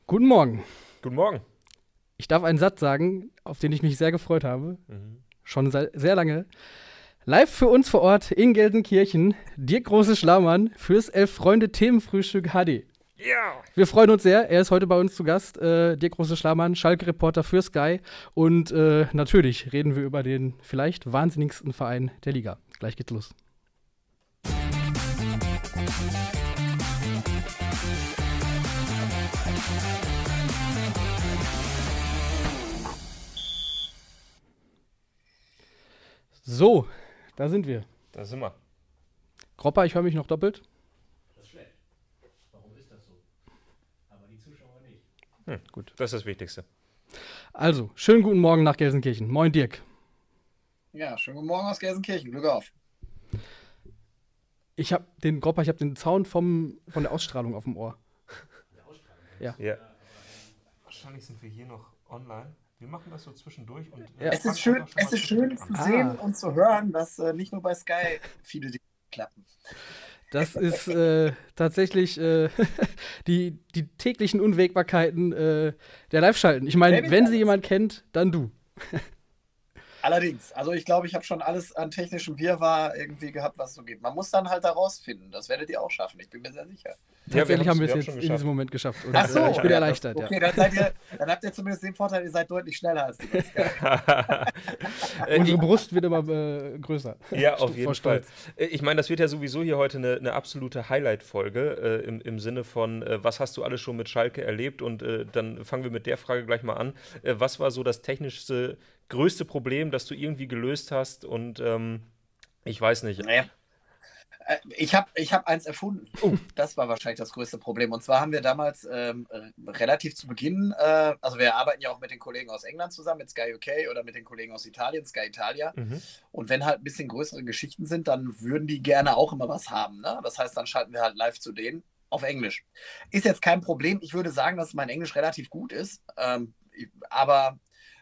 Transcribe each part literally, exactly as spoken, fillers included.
Guten Morgen. Guten Morgen. Ich darf einen Satz sagen, auf den ich mich sehr gefreut habe. Mhm. Schon sehr, sehr lange. Live für uns vor Ort in Gelsenkirchen, Dirk Große-Schlaumann fürs Elf-Freunde-Themenfrühstück H D. Ja. Wir freuen uns sehr. Er ist heute bei uns zu Gast. Äh, Dirk Große-Schlaumann, Schalke-Reporter für Sky. Und äh, natürlich reden wir über den vielleicht wahnsinnigsten Verein der Liga. Gleich geht's los. So, da sind wir. Da sind wir. Gropper, ich höre mich noch doppelt. Das ist schlecht. Warum ist das so? Aber die Zuschauer nicht. Hm, gut, das ist das Wichtigste. Also, schönen guten Morgen nach Gelsenkirchen. Moin, Dirk. Ja, schönen guten Morgen aus Gelsenkirchen. Glück auf. Ich habe den Gropper, ich habe den Sound vom, von der Ausstrahlung auf dem Ohr. Der Ausstrahlung. Ja. Ja. Wahrscheinlich sind wir hier noch online. Wir machen das so zwischendurch. Und Ja. Es ist schön, es ist schön zu Ah. sehen und zu hören, dass äh, nicht nur bei Sky viele Dinge klappen. Das ist äh, tatsächlich äh, die, die täglichen Unwägbarkeiten äh, der Live-Schalten. Ich meine, David wenn Davis. sie jemand kennt, dann du. Allerdings, also ich glaube, ich habe schon alles an technischem Wirrwarr irgendwie gehabt, was es so gibt. Man muss dann halt da rausfinden. Das werdet ihr auch schaffen, ich bin mir sehr sicher. wir Tatsächlich haben wir es haben's- wir jetzt haben's in schon diesem Moment geschafft. Und, Ach so. äh, ich bin Ja, erleichtert, ja. Okay, dann, seid ihr, dann habt ihr zumindest den Vorteil, ihr seid deutlich schneller als die bei Sky. Äh, Unsere Brust wird immer äh, größer. Ja, auf Vor jeden Fall. Stolz. Äh, Ich meine, das wird ja sowieso hier heute eine, eine absolute Highlight-Folge äh, im, im Sinne von, äh, was hast du alles schon mit Schalke erlebt? Und äh, dann fangen wir mit der Frage gleich mal an. Äh, was war so das technischste, größte Problem, das du irgendwie gelöst hast? Und ähm, ich weiß nicht. Naja. Äh, Ich habe ich hab eins erfunden. Das war wahrscheinlich das größte Problem. Und zwar haben wir damals ähm, äh, relativ zu Beginn, äh, also wir arbeiten ja auch mit den Kollegen aus England zusammen, mit Sky U K oder mit den Kollegen aus Italien, Sky Italia. Mhm. Und wenn halt ein bisschen größere Geschichten sind, dann würden die gerne auch immer was haben. Ne? Das heißt, dann schalten wir halt live zu denen auf Englisch. Ist jetzt kein Problem. Ich würde sagen, dass mein Englisch relativ gut ist. Ähm, aber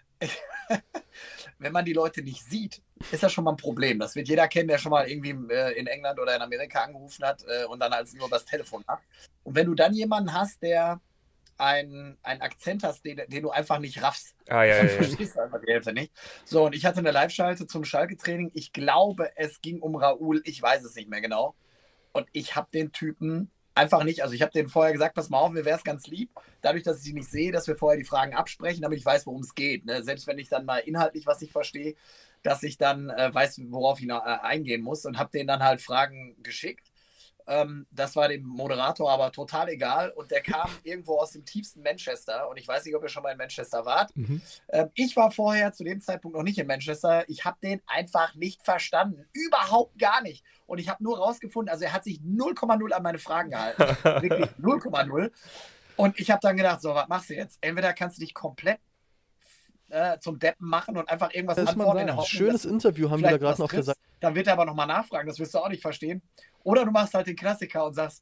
wenn man die Leute nicht sieht, ist das schon mal ein Problem. Das wird jeder kennen, der schon mal irgendwie äh, in England oder in Amerika angerufen hat äh, und dann als nur das Telefon hat. Und wenn du dann jemanden hast, der einen, einen Akzent hast, den, den du einfach nicht raffst, Ah, ja, dann ja, ja. verstehst du einfach die Hälfte nicht. So, und ich hatte eine Live-Schalte zum Schalke-Training. Ich glaube, es ging um Raoul. Ich weiß es nicht mehr genau. Und ich habe den Typen einfach nicht, also ich habe denen vorher gesagt, pass mal auf, mir wäre es ganz lieb, dadurch, dass ich sie nicht sehe, dass wir vorher die Fragen absprechen, damit ich weiß, worum es geht. Ne? Selbst wenn ich dann mal inhaltlich was nicht verstehe, dass ich dann äh, weiß, worauf ich noch, äh, eingehen muss und habe denen dann halt Fragen geschickt. Ähm, das war dem Moderator aber total egal und der kam irgendwo aus dem tiefsten Manchester und ich weiß nicht, ob ihr schon mal in Manchester wart. Mhm. Ähm, ich war vorher zu dem Zeitpunkt noch nicht in Manchester. Ich habe den einfach nicht verstanden. Überhaupt gar nicht. Und ich habe nur rausgefunden, also er hat sich null Komma null an meine Fragen gehalten. Wirklich null Komma null. Und ich habe dann gedacht, so, was machst du jetzt? Entweder kannst du dich komplett äh, zum Deppen machen und einfach irgendwas Das muss man antworten in der sagen. Hoffnung, Schönes dass du Interview haben wir da vielleicht gerade was noch triffst. gesagt. Dann wird er aber nochmal nachfragen, das wirst du auch nicht verstehen. Oder du machst halt den Klassiker und sagst,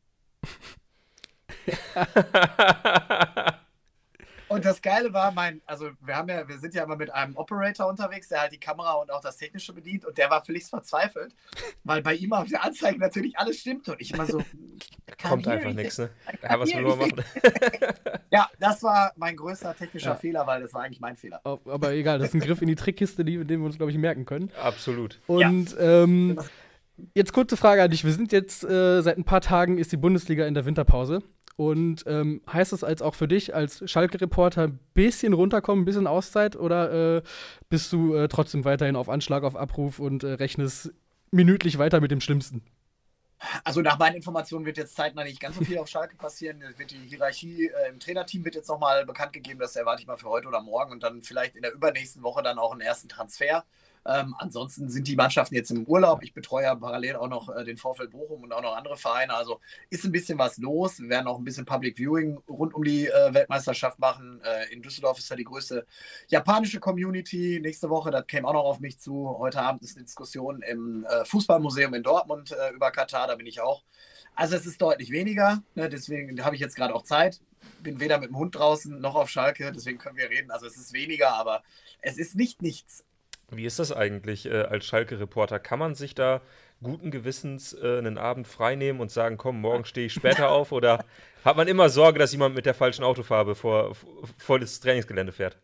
und das Geile war, mein, also wir haben ja, wir sind ja immer mit einem Operator unterwegs, der halt die Kamera und auch das Technische bedient und der war völlig verzweifelt, weil bei ihm auf der Anzeige natürlich alles stimmt und ich immer so, Kommt einfach nichts, ne? Ja, was will man machen? Ja, das war mein größter technischer Ja. Fehler, weil das war eigentlich mein Fehler. Oh, aber egal, das ist ein Griff in die Trickkiste, die, den wir uns, glaube ich, merken können. Absolut. Und ähm, jetzt kurze Frage an dich. Wir sind jetzt, äh, seit ein paar Tagen ist die Bundesliga in der Winterpause. Und ähm, heißt das als auch für dich als Schalke-Reporter ein bisschen runterkommen, ein bisschen Auszeit? Oder äh, bist du äh, trotzdem weiterhin auf Anschlag, auf Abruf und äh, rechnest minütlich weiter mit dem Schlimmsten? Also nach meinen Informationen wird jetzt zeitnah nicht ganz so viel auf Schalke passieren. Es wird die Hierarchie äh, im Trainerteam wird jetzt nochmal bekannt gegeben, das erwarte ich mal für heute oder morgen und dann vielleicht in der übernächsten Woche dann auch einen ersten Transfer. Ähm, ansonsten sind die Mannschaften jetzt im Urlaub. Ich betreue ja parallel auch noch äh, den VfL Bochum und auch noch andere Vereine. Also ist ein bisschen was los. Wir werden auch ein bisschen Public Viewing rund um die äh, Weltmeisterschaft machen. Äh, in Düsseldorf ist ja die größte japanische Community. Nächste Woche, das käme auch noch auf mich zu. Heute Abend ist eine Diskussion im äh, Fußballmuseum in Dortmund äh, über Katar. Da bin ich auch. Also es ist deutlich weniger. Ne? Deswegen habe ich jetzt gerade auch Zeit. Bin weder mit dem Hund draußen noch auf Schalke. Deswegen können wir reden. Also es ist weniger, aber es ist nicht nichts. Wie ist das eigentlich äh, als Schalke-Reporter? Kann man sich da guten Gewissens äh, einen Abend frei nehmen und sagen, komm, morgen stehe ich später auf? Oder hat man immer Sorge, dass jemand mit der falschen Autofarbe vor, vor das Trainingsgelände fährt?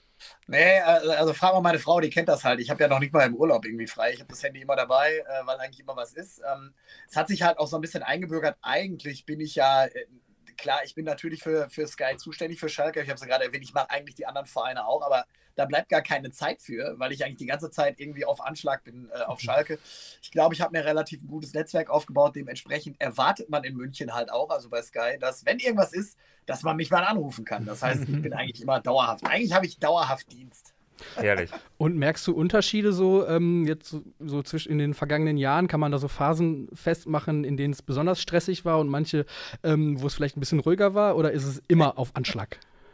Nee, also, also frag mal meine Frau, die kennt das halt. Ich habe ja noch nicht mal im Urlaub irgendwie frei. Ich habe das Handy immer dabei, äh, weil eigentlich immer was ist. Ähm, es hat sich halt auch so ein bisschen eingebürgert. Eigentlich bin ich ja, äh, klar, ich bin natürlich für, für Sky zuständig, für Schalke. Ich habe es ja gerade erwähnt, ich mache eigentlich die anderen Vereine auch, aber da bleibt gar keine Zeit für, weil ich eigentlich die ganze Zeit irgendwie auf Anschlag bin äh, auf Schalke. Ich glaube, ich habe mir relativ ein gutes Netzwerk aufgebaut. Dementsprechend erwartet man in München halt auch, also bei Sky, dass, wenn irgendwas ist, dass man mich mal anrufen kann. Das heißt, ich bin eigentlich immer dauerhaft. Eigentlich habe ich dauerhaft Dienst. Herrlich. Und merkst du Unterschiede so ähm, jetzt so, so zwischen in den vergangenen Jahren? Kann man da so Phasen festmachen, in denen es besonders stressig war und manche, ähm, wo es vielleicht ein bisschen ruhiger war? Oder ist es immer auf Anschlag?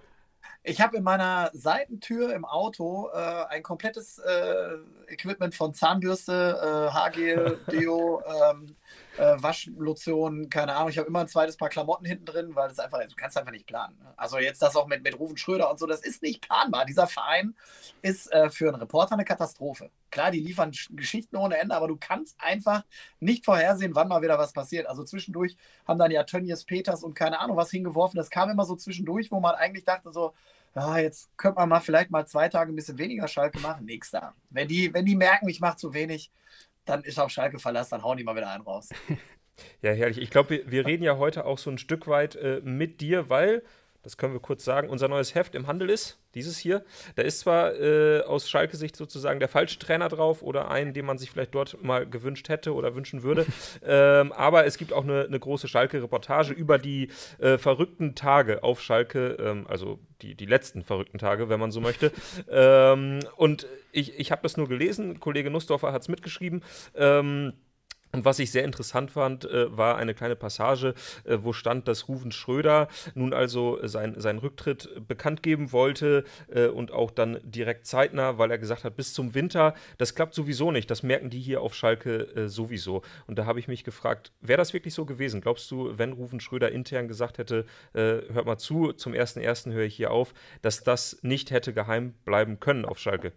Ich habe in meiner Seitentür im Auto äh, ein komplettes äh, Equipment von Zahnbürste, äh, Haargel, Deo, ähm, äh, Waschlotion, keine Ahnung. Ich habe immer ein zweites Paar Klamotten hinten drin, weil das einfach, du kannst einfach nicht planen. Ne? Also jetzt das auch mit, mit Ruven Schröder und so, das ist nicht planbar. Dieser Verein ist äh, für einen Reporter eine Katastrophe. Klar, die liefern Geschichten ohne Ende, aber du kannst einfach nicht vorhersehen, wann mal wieder was passiert. Also zwischendurch haben dann ja Tönnies, Peters und keine Ahnung was hingeworfen. Das kam immer so zwischendurch, wo man eigentlich dachte so, ja, jetzt könnte man mal vielleicht mal zwei Tage ein bisschen weniger Schalke machen. Nix da. Wenn die, wenn die merken, ich mache zu wenig, dann ist auf Schalke Verlass, dann hauen die mal wieder einen raus. Ja, herrlich. Ich glaube, wir, wir reden ja heute auch so ein Stück weit äh, mit dir, weil, das können wir kurz sagen, unser neues Heft im Handel ist, dieses hier. Da ist zwar äh, aus Schalke-Sicht sozusagen der falsche Trainer drauf oder einen, den man sich vielleicht dort mal gewünscht hätte oder wünschen würde, ähm, aber es gibt auch eine, eine große Schalke-Reportage über die äh, verrückten Tage auf Schalke, ähm, also die, die letzten verrückten Tage, wenn man so möchte. ähm, und ich, ich habe das nur gelesen, Kollege Nussdorfer hat es mitgeschrieben, ähm, und was ich sehr interessant fand, äh, war eine kleine Passage, äh, wo stand, dass Ruven Schröder nun also sein, seinen Rücktritt bekannt geben wollte äh, und auch dann direkt zeitnah, weil er gesagt hat, bis zum Winter, das klappt sowieso nicht, das merken die hier auf Schalke äh, sowieso. Und da habe ich mich gefragt, wäre das wirklich so gewesen? Glaubst du, wenn Ruven Schröder intern gesagt hätte, äh, hört mal zu, zum ersten ersten höre ich hier auf, dass das nicht hätte geheim bleiben können auf Schalke?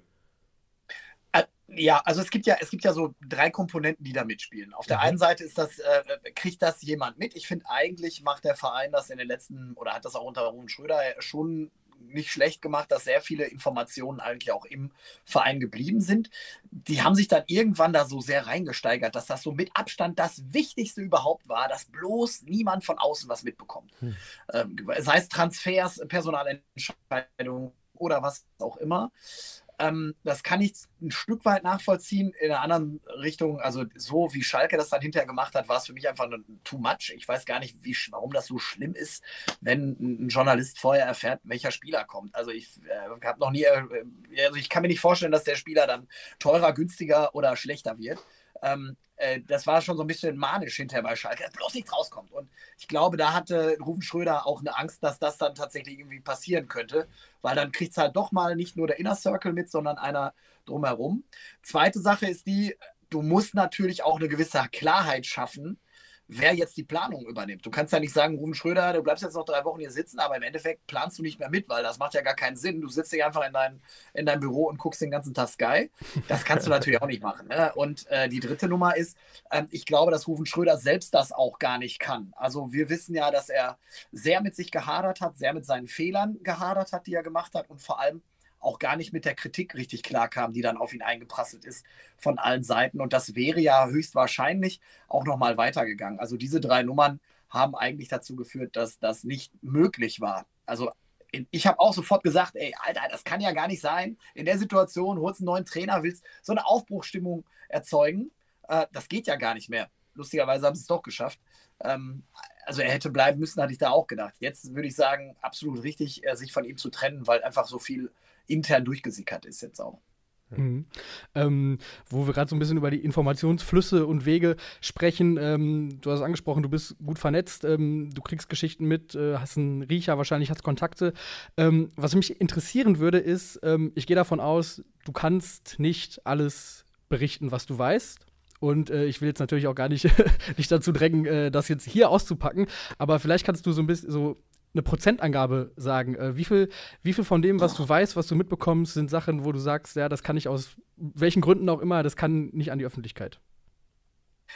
Ja, also es gibt ja, es gibt ja so drei Komponenten, die da mitspielen. Auf der mhm. einen Seite ist das, äh, kriegt das jemand mit. Ich finde, eigentlich macht der Verein das in den letzten, oder hat das auch unter Ruven Schröder schon nicht schlecht gemacht, dass sehr viele Informationen eigentlich auch im Verein geblieben sind. Die haben sich dann irgendwann da so sehr reingesteigert, dass das so mit Abstand das Wichtigste überhaupt war, dass bloß niemand von außen was mitbekommt. Hm. Ähm, sei es Transfers, Personalentscheidungen oder was auch immer. Ähm, das kann ich ein Stück weit nachvollziehen. In einer anderen Richtung, also so wie Schalke das dann hinterher gemacht hat, war es für mich einfach too much. Ich weiß gar nicht, wie, warum das so schlimm ist, wenn ein Journalist vorher erfährt, welcher Spieler kommt. Also ich äh, habe noch nie, äh, also ich kann mir nicht vorstellen, dass der Spieler dann teurer, günstiger oder schlechter wird. Ähm, äh, das war schon so ein bisschen manisch hinterher bei Schalke, dass bloß nichts rauskommt. Und ich glaube, da hatte Ruven Schröder auch eine Angst, dass das dann tatsächlich irgendwie passieren könnte, weil dann kriegt es halt doch mal nicht nur der Inner Circle mit, sondern einer drumherum. Zweite Sache ist die, du musst natürlich auch eine gewisse Klarheit schaffen, wer jetzt die Planung übernimmt. Du kannst ja nicht sagen, Ruven Schröder, du bleibst jetzt noch drei Wochen hier sitzen, aber im Endeffekt planst du nicht mehr mit, weil das macht ja gar keinen Sinn. Du sitzt dich einfach in dein, in dein Büro und guckst den ganzen Tag Sky. Das kannst du natürlich auch nicht machen. Ne? Und äh, die dritte Nummer ist, ähm, ich glaube, dass Ruven Schröder selbst das auch gar nicht kann. Also wir wissen ja, dass er sehr mit sich gehadert hat, sehr mit seinen Fehlern gehadert hat, die er gemacht hat und vor allem auch gar nicht mit der Kritik richtig klar kam, die dann auf ihn eingeprasselt ist von allen Seiten. Und das wäre ja höchstwahrscheinlich auch nochmal weitergegangen. Also diese drei Nummern haben eigentlich dazu geführt, dass das nicht möglich war. Also ich habe auch sofort gesagt, ey, Alter, das kann ja gar nicht sein. In der Situation holst einen neuen Trainer, willst so eine Aufbruchsstimmung erzeugen. Äh, das geht ja gar nicht mehr. Lustigerweise haben sie es doch geschafft. Ähm, also er hätte bleiben müssen, hatte ich da auch gedacht. Jetzt würde ich sagen, absolut richtig, äh, sich von ihm zu trennen, weil einfach so viel intern durchgesickert ist jetzt auch. Mhm. Ähm, wo wir gerade so ein bisschen über die Informationsflüsse und Wege sprechen. Ähm, du hast es angesprochen, du bist gut vernetzt, ähm, du kriegst Geschichten mit, äh, hast einen Riecher, wahrscheinlich hast Kontakte. Ähm, was mich interessieren würde, ist, ähm, ich gehe davon aus, du kannst nicht alles berichten, was du weißt. Und äh, ich will jetzt natürlich auch gar nicht dich dazu drängen, äh, das jetzt hier auszupacken. Aber vielleicht kannst du so ein bisschen so eine Prozentangabe sagen. Äh, wie viel, wie viel von dem, was du weißt, was du mitbekommst, sind Sachen, wo du sagst, ja, das kann ich aus welchen Gründen auch immer, das kann nicht an die Öffentlichkeit?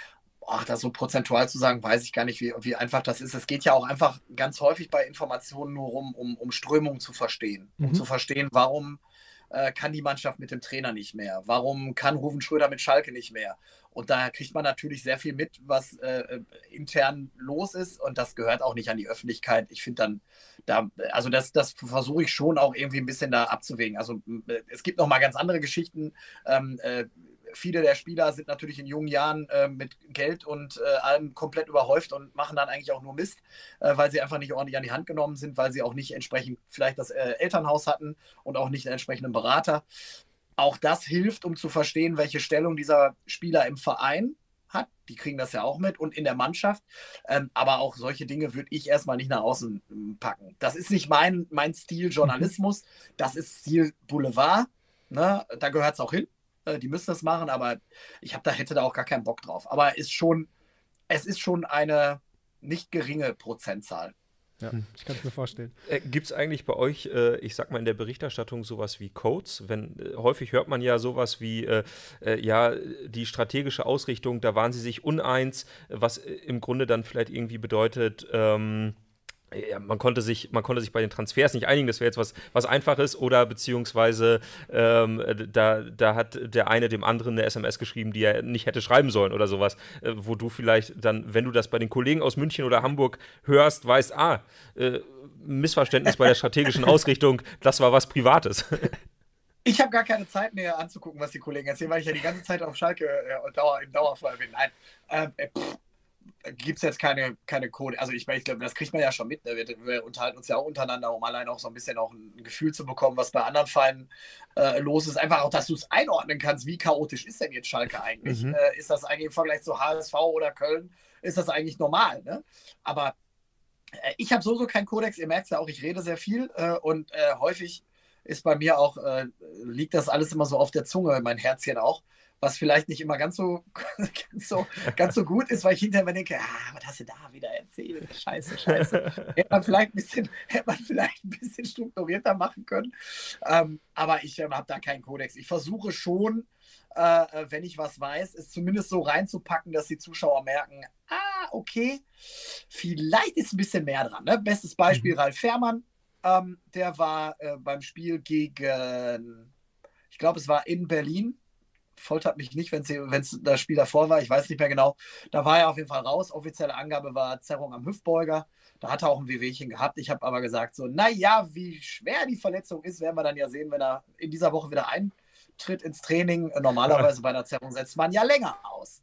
Ach, das so prozentual zu sagen, weiß ich gar nicht, wie, wie einfach das ist. Es geht ja auch einfach ganz häufig bei Informationen nur um, um, um Strömungen zu verstehen. Um Mhm. zu verstehen, warum äh, kann die Mannschaft mit dem Trainer nicht mehr? Warum kann Ruven Schröder mit Schalke nicht mehr? Und da kriegt man natürlich sehr viel mit, was äh, intern los ist. Und das gehört auch nicht an die Öffentlichkeit. Ich finde dann, da, also das, das versuche ich schon auch irgendwie ein bisschen da abzuwägen. Also äh, es gibt noch mal ganz andere Geschichten. Ähm, äh, Viele der Spieler sind natürlich in jungen Jahren äh, mit Geld und äh, allem komplett überhäuft und machen dann eigentlich auch nur Mist, äh, weil sie einfach nicht ordentlich an die Hand genommen sind, weil sie auch nicht entsprechend vielleicht das äh, Elternhaus hatten und auch nicht einen entsprechenden Berater. Auch das hilft, um zu verstehen, welche Stellung dieser Spieler im Verein hat. Die kriegen das ja auch mit und in der Mannschaft. Ähm, aber auch solche Dinge würde ich erstmal nicht nach außen ähm, packen. Das ist nicht mein, mein Stil Journalismus. Das ist Stil Boulevard. Ne? Da gehört es auch hin. Die müssen das machen, aber ich hab da, hätte da auch gar keinen Bock drauf. Aber ist schon, es ist schon eine nicht geringe Prozentzahl. Ja, ich kann es mir vorstellen. Äh, Gibt es eigentlich bei euch, äh, ich sag mal, in der Berichterstattung sowas wie Codes? Wenn, äh, häufig hört man ja sowas wie, äh, äh, ja, die strategische Ausrichtung, da waren sie sich uneins, was äh, im Grunde dann vielleicht irgendwie bedeutet, ähm, ja, man konnte sich, man konnte sich bei den Transfers nicht einigen, das wäre jetzt was, was Einfaches, oder beziehungsweise ähm, da, da hat der eine dem anderen eine S M S geschrieben, die er nicht hätte schreiben sollen oder sowas, äh, wo du vielleicht dann, wenn du das bei den Kollegen aus München oder Hamburg hörst, weißt, ah, äh, Missverständnis bei der strategischen Ausrichtung, das war was Privates. Ich habe gar keine Zeit mehr anzugucken, was die Kollegen erzählen, weil ich ja die ganze Zeit auf Schalke äh, Dauer, im Dauerfeuer bin. Nein, ähm, äh, gibt es jetzt keine, keine Code. Also ich meine, ich glaube, das kriegt man ja schon mit. Ne? Wir, wir unterhalten uns ja auch untereinander, um allein auch so ein bisschen auch ein Gefühl zu bekommen, was bei anderen Vereinen äh, los ist. Einfach auch, dass du es einordnen kannst, wie chaotisch ist denn jetzt Schalke eigentlich? Mhm. Äh, ist das eigentlich im Vergleich zu H S V oder Köln, ist das eigentlich normal? Ne? Aber äh, ich habe sowieso keinen Kodex. Ihr merkt es ja auch, ich rede sehr viel äh, und äh, häufig ist bei mir auch, äh, liegt das alles immer so auf der Zunge, mein Herzchen auch, was vielleicht nicht immer ganz so, ganz so, ganz so gut ist, weil ich hinterher immer denke, ah, was hast du da wieder erzählt? Scheiße, scheiße. Hätte man vielleicht ein bisschen, hätte man vielleicht ein bisschen strukturierter machen können. Ähm, aber ich äh, habe da keinen Kodex. Ich versuche schon, äh, wenn ich was weiß, es zumindest so reinzupacken, dass die Zuschauer merken, ah, okay, vielleicht ist ein bisschen mehr dran. Ne? Bestes Beispiel, mhm. Ralf Fährmann. Ähm, der war äh, beim Spiel gegen, ich glaube, es war in Berlin. Foltert mich nicht, wenn es das Spiel davor war. Ich weiß nicht mehr genau. Da war er auf jeden Fall raus. Offizielle Angabe war Zerrung am Hüftbeuger. Da hat er auch ein Wehwehchen gehabt. Ich habe aber gesagt so, naja, wie schwer die Verletzung ist, werden wir dann ja sehen, wenn er in dieser Woche wieder eintritt ins Training. Normalerweise bei einer Zerrung setzt man ja länger aus.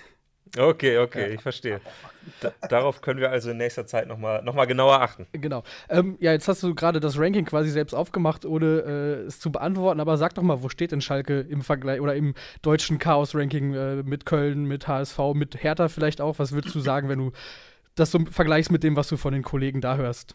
Okay, okay, ich verstehe. Da, darauf können wir also in nächster Zeit nochmal noch mal genauer achten. Genau. Ähm, ja, jetzt hast du gerade das Ranking quasi selbst aufgemacht, ohne äh, es zu beantworten, aber sag doch mal, wo steht denn Schalke im Vergleich oder im deutschen Chaos-Ranking äh, mit Köln, mit H S V, mit Hertha vielleicht auch? Was würdest du sagen, wenn du das so vergleichst mit dem, was du von den Kollegen da hörst?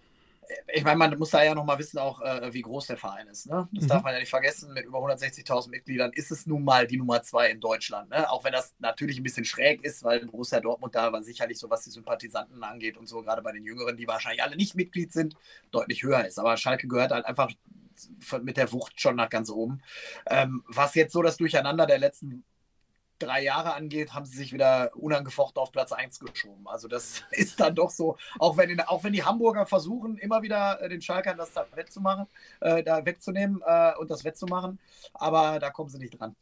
Ich meine, man muss da ja noch mal wissen, auch äh, wie groß der Verein ist. Ne? Das mhm. darf man ja nicht vergessen. Mit über hundertsechzigtausend Mitgliedern ist es nun mal die Nummer zwei in Deutschland. Ne? Auch wenn das natürlich ein bisschen schräg ist, weil Borussia Dortmund da aber sicherlich so, was die Sympathisanten angeht und so, gerade bei den Jüngeren, die wahrscheinlich alle nicht Mitglied sind, deutlich höher ist. Aber Schalke gehört halt einfach mit der Wucht schon nach ganz oben. Ähm, was jetzt so das Durcheinander der letzten drei Jahre angeht, haben sie sich wieder unangefochten auf Platz eins geschoben. Also das ist dann doch so, auch wenn, in, auch wenn die Hamburger versuchen, immer wieder äh, den Schalkern das da wettzumachen, äh, da wegzunehmen äh, und das wettzumachen, aber da kommen sie nicht dran.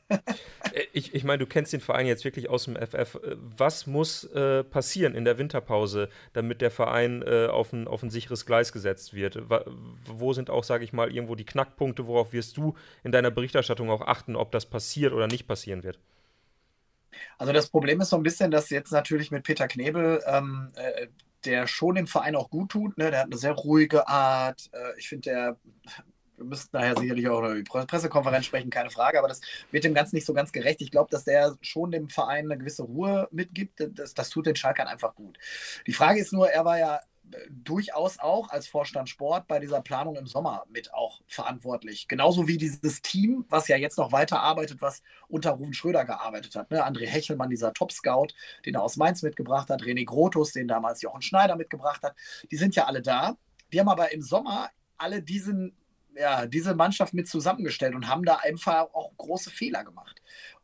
ich ich meine, du kennst den Verein jetzt wirklich aus dem F F. Was muss äh, passieren in der Winterpause, damit der Verein äh, auf, ein, auf ein sicheres Gleis gesetzt wird? Wo sind auch, sage ich mal, irgendwo die Knackpunkte, worauf wirst du in deiner Berichterstattung auch achten, ob das passiert oder nicht passieren wird? Also das Problem ist so ein bisschen, dass jetzt natürlich mit Peter Knebel, ähm, äh, der schon dem Verein auch gut tut, ne? Der hat eine sehr ruhige Art. Äh, ich finde, der, wir müssten daher sicherlich auch über die Pressekonferenz sprechen, keine Frage, aber das wird dem Ganzen nicht so ganz gerecht. Ich glaube, dass der schon dem Verein eine gewisse Ruhe mitgibt. Das, das tut den Schalkern einfach gut. Die Frage ist nur, er war ja durchaus auch als Vorstand Sport bei dieser Planung im Sommer mit auch verantwortlich. Genauso wie dieses Team, was ja jetzt noch weiter arbeitet, was unter Ruven Schröder gearbeitet hat. Ne? André Hechelmann, dieser Top-Scout, den er aus Mainz mitgebracht hat, René Grotus, den damals Jochen Schneider mitgebracht hat. Die sind ja alle da. Die haben aber im Sommer alle diesen, ja, diese Mannschaft mit zusammengestellt und haben da einfach auch große Fehler gemacht.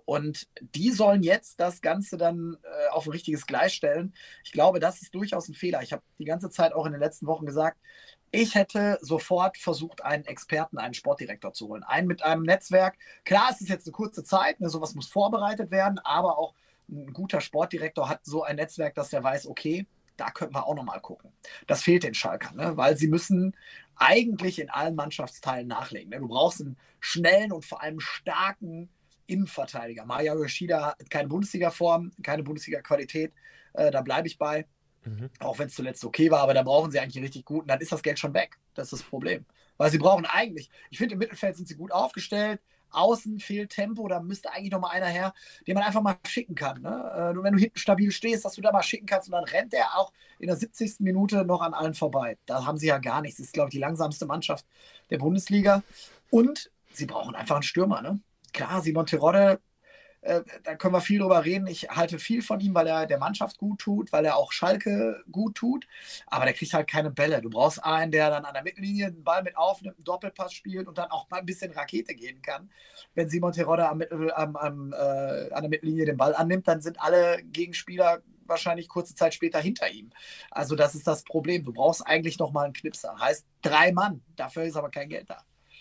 Und die sollen jetzt das Ganze dann äh, auf ein richtiges Gleis stellen. Ich glaube, das ist durchaus ein Fehler. Ich habe die ganze Zeit auch in den letzten Wochen gesagt, ich hätte sofort versucht, einen Experten, einen Sportdirektor zu holen. Einen mit einem Netzwerk. Klar, es ist jetzt eine kurze Zeit, ne, sowas muss vorbereitet werden, aber auch ein guter Sportdirektor hat so ein Netzwerk, dass der weiß, okay, da könnten wir auch nochmal gucken. Das fehlt den Schalkern, ne? Weil sie müssen eigentlich in allen Mannschaftsteilen nachlegen. Ne? Du brauchst einen schnellen und vor allem starken Innenverteidiger. Maya Yoshida hat keine Bundesliga-Form, keine Bundesliga-Qualität, äh, da bleibe ich bei. Mhm. Auch wenn es zuletzt okay war, aber da brauchen sie eigentlich einen richtig guten, dann ist das Geld schon weg. Das ist das Problem. Weil sie brauchen eigentlich, ich finde, im Mittelfeld sind sie gut aufgestellt, außen fehlt Tempo, da müsste eigentlich noch mal einer her, den man einfach mal schicken kann. Ne? Äh, wenn du hinten stabil stehst, dass du da mal schicken kannst und dann rennt der auch in der siebzigsten Minute noch an allen vorbei. Da haben sie ja gar nichts. Das ist, glaube ich, die langsamste Mannschaft der Bundesliga. Und sie brauchen einfach einen Stürmer. Ne? Klar, Simon Terodde, äh, da können wir viel drüber reden. Ich halte viel von ihm, weil er der Mannschaft gut tut, weil er auch Schalke gut tut. Aber der kriegt halt keine Bälle. Du brauchst einen, der dann an der Mittellinie den Ball mit aufnimmt, einen Doppelpass spielt und dann auch mal ein bisschen Rakete gehen kann. Wenn Simon Terodde am, am, am, äh, an der Mittellinie den Ball annimmt, dann sind alle Gegenspieler wahrscheinlich kurze Zeit später hinter ihm. Also das ist das Problem. Du brauchst eigentlich noch mal einen Knipser. Heißt drei Mann. Dafür ist aber kein Geld da.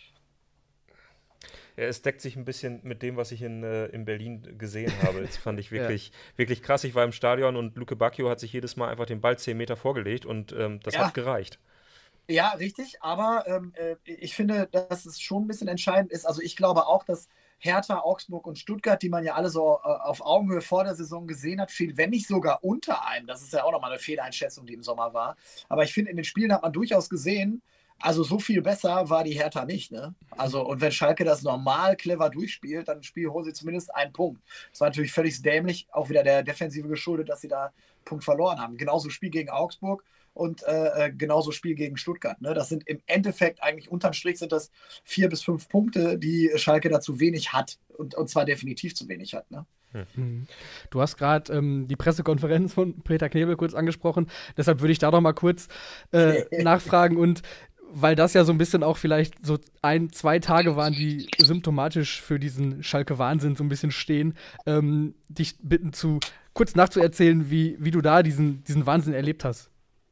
Ja, es deckt sich ein bisschen mit dem, was ich in, äh, in Berlin gesehen habe. Das fand ich wirklich, ja. wirklich krass. Ich war im Stadion und Luke Bacchio hat sich jedes Mal einfach den Ball zehn Meter vorgelegt und ähm, das ja. hat gereicht. Ja, richtig, aber ähm, äh, ich finde, dass es schon ein bisschen entscheidend ist. Also ich glaube auch, dass Hertha, Augsburg und Stuttgart, die man ja alle so äh, auf Augenhöhe vor der Saison gesehen hat, viel, wenn nicht sogar unter einem, das ist ja auch nochmal eine Fehleinschätzung, die im Sommer war, aber ich finde, in den Spielen hat man durchaus gesehen, also so viel besser war die Hertha nicht. Ne? Also, und wenn Schalke das normal clever durchspielt, dann spiel, holen sie zumindest einen Punkt. Das war natürlich völlig dämlich, auch wieder der Defensive geschuldet, dass sie da einen Punkt verloren haben. Genauso Spiel gegen Augsburg und äh, genauso Spiel gegen Stuttgart. Ne? Das sind im Endeffekt eigentlich unterm Strich sind das vier bis fünf Punkte, die Schalke da zu wenig hat. Und, und zwar definitiv zu wenig hat. Ne? Du hast gerade ähm, die Pressekonferenz von Peter Knebel kurz angesprochen. Deshalb würde ich da doch mal kurz äh, nachfragen und weil das ja so ein bisschen auch vielleicht so ein, zwei Tage waren, die symptomatisch für diesen Schalke-Wahnsinn so ein bisschen stehen, ähm, dich bitten, zu kurz nachzuerzählen, wie, wie du da diesen, diesen Wahnsinn erlebt hast.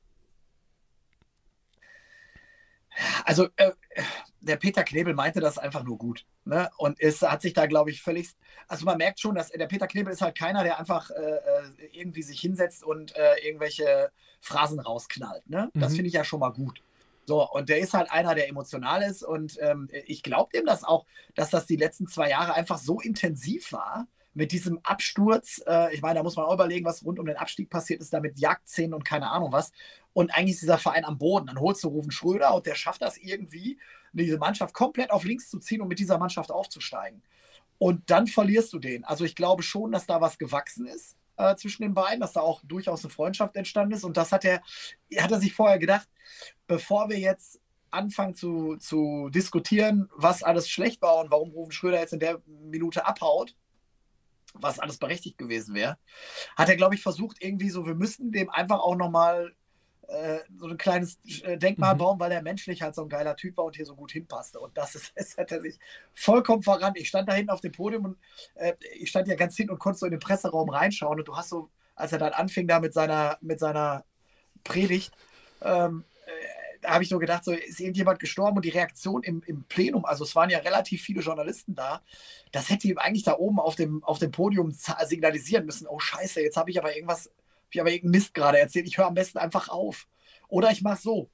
Also, äh, der Peter Knebel meinte das einfach nur gut. Ne? Und es hat sich da, glaube ich, völlig. Also, man merkt schon, dass der Peter Knebel ist halt keiner, der einfach äh, irgendwie sich hinsetzt und äh, irgendwelche Phrasen rausknallt. Ne? Das mhm. finde ich ja schon mal gut. So, und der ist halt einer, der emotional ist. Und ähm, ich glaube dem das auch, dass das die letzten zwei Jahre einfach so intensiv war mit diesem Absturz. Äh, ich meine, da muss man auch überlegen, was rund um den Abstieg passiert ist, da mit Jagdszenen und keine Ahnung was. Und eigentlich ist dieser Verein am Boden. Dann holst du Ruven Schröder und der schafft das irgendwie, diese Mannschaft komplett auf links zu ziehen und mit dieser Mannschaft aufzusteigen. Und dann verlierst du den. Also ich glaube schon, dass da was gewachsen ist äh, zwischen den beiden, dass da auch durchaus eine Freundschaft entstanden ist. Und das hat er, hat er sich vorher gedacht, bevor wir jetzt anfangen zu, zu diskutieren, was alles schlecht war und warum Ruven Schröder jetzt in der Minute abhaut, was alles berechtigt gewesen wäre, hat er, glaube ich, versucht, irgendwie so, wir müssen dem einfach auch nochmal äh, so ein kleines äh, Denkmal mhm. bauen, weil er menschlich halt so ein geiler Typ war und hier so gut hinpasste. Und das ist, das hat er sich vollkommen verrannt. Ich stand da hinten auf dem Podium und äh, ich stand ja ganz hinten und konnte so in den Presseraum reinschauen und du hast so, als er dann anfing da mit seiner, mit seiner Predigt, ähm, da habe ich so gedacht, so ist irgendjemand gestorben und die Reaktion im, im Plenum, also es waren ja relativ viele Journalisten da, das hätte ihm eigentlich da oben auf dem, auf dem Podium signalisieren müssen, oh scheiße, jetzt habe ich aber irgendwas, habe ich aber irgendeinen Mist gerade erzählt, ich höre am besten einfach auf. Oder ich mache so.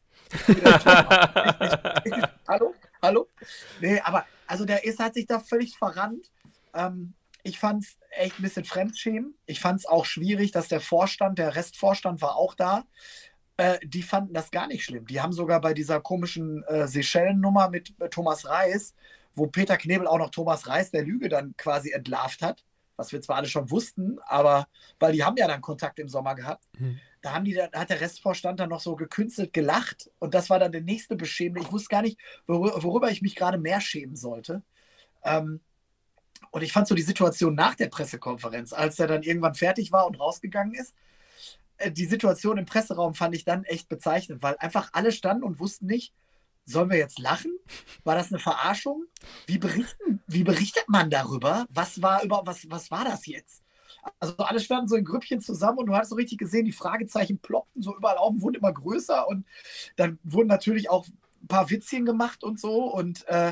Hallo? Hallo? Nee, aber also der ist, hat sich da völlig verrannt. Ähm, ich fand es echt ein bisschen Fremdschämen. Ich fand es auch schwierig, dass der Vorstand, der Restvorstand war auch da. Die fanden das gar nicht schlimm. Die haben sogar bei dieser komischen äh, Seychellen-Nummer mit äh, Thomas Reis, wo Peter Knebel auch noch Thomas Reis der Lüge dann quasi entlarvt hat, was wir zwar alle schon wussten, aber weil die haben ja dann Kontakt im Sommer gehabt, mhm. da, haben die, da hat der Restvorstand dann noch so gekünstelt gelacht und das war dann der nächste Beschämende. Ich wusste gar nicht, wor- worüber ich mich gerade mehr schämen sollte. Ähm, und ich fand so die Situation nach der Pressekonferenz, als er dann irgendwann fertig war und rausgegangen ist, die Situation im Presseraum fand ich dann echt bezeichnend, weil einfach alle standen und wussten nicht, sollen wir jetzt lachen? War das eine Verarschung? Wie, berichten, wie berichtet man darüber? Was war über, was, was war das jetzt? Also alle standen so in Grüppchen zusammen und du hast so richtig gesehen, die Fragezeichen ploppten so überall auf und wurden immer größer und dann wurden natürlich auch ein paar Witzchen gemacht und so und äh,